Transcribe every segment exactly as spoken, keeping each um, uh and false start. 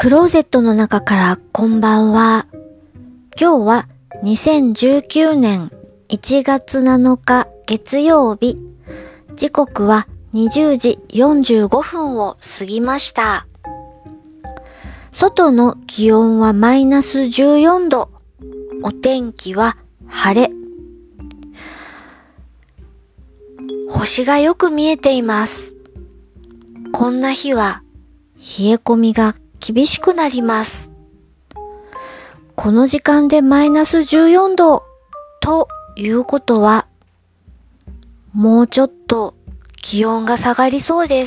クローゼットの中からこんばんは。今日はにせんじゅうきゅうねんいちがつなのか月曜日。時刻はにじゅうじよんじゅうごふんを過ぎました。外の気温はマイナスじゅうよんど。お天気は晴れ。星がよく見えています。こんな日は冷え込みが厳しくなります。この時間でマイナスじゅうよんどということは、もうちょっと気温が下がりそうです。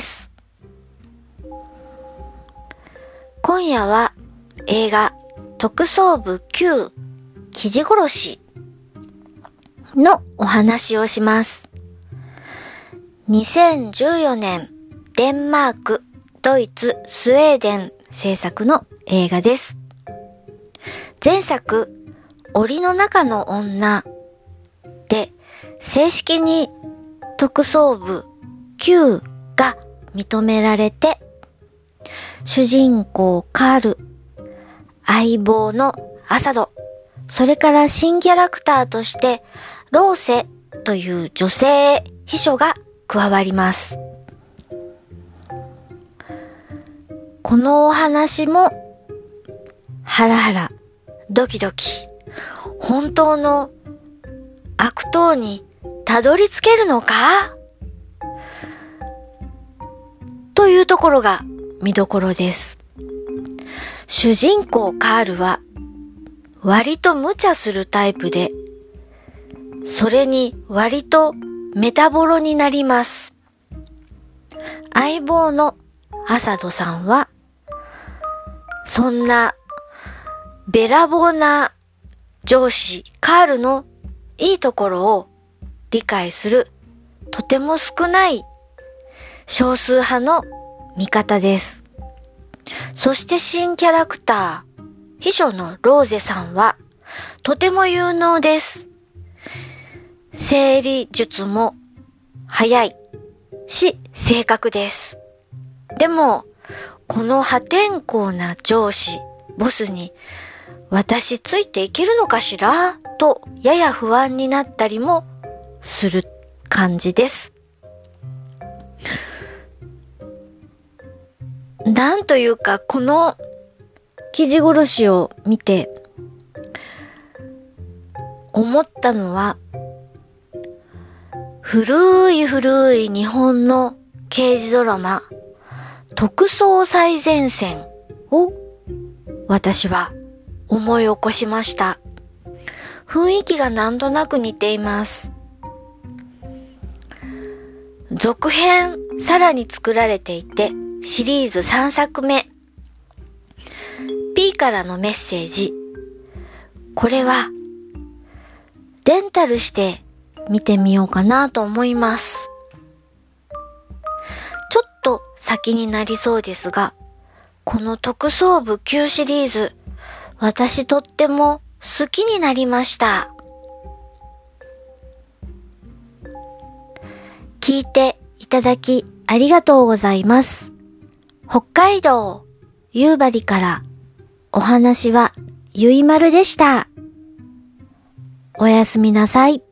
今夜は映画特捜部きゅう記事殺しのお話をします。にせんじゅうよねんデンマーク、ドイツ、スウェーデン制作の映画です。前作檻の中の女で正式に特捜部きゅうが認められて、主人公カール、相棒のアサド、それから新キャラクターとしてローセという女性秘書が加わります。このお話もハラハラドキドキ、本当の悪党にたどり着けるのかというところが見どころです。主人公カールは割と無茶するタイプで、それに割とメタボロになります。相棒のアサドさんはそんなべらぼうな上司カールのいいところを理解するとても少ない少数派の味方です。そして新キャラクター秘書のローゼさんはとても有能です。整理術も早いし正確です。でもこの破天荒な上司ボスに私ついていけるのかしらとやや不安になったりもする感じです。なんというか、この記事殺しを見て思ったのは、古い古い日本の刑事ドラマ特捜最前線を私は思い起こしました。雰囲気がなんとなく似ています。続編さらに作られていて、シリーズさんさくめ P からのメッセージ、これはレンタルして見てみようかなと思います。ちょっと先になりそうですが、この特捜部きゅうシリーズ、私とっても好きになりました。聞いていただきありがとうございます。北海道夕張からお話はゆいまるでした。おやすみなさい。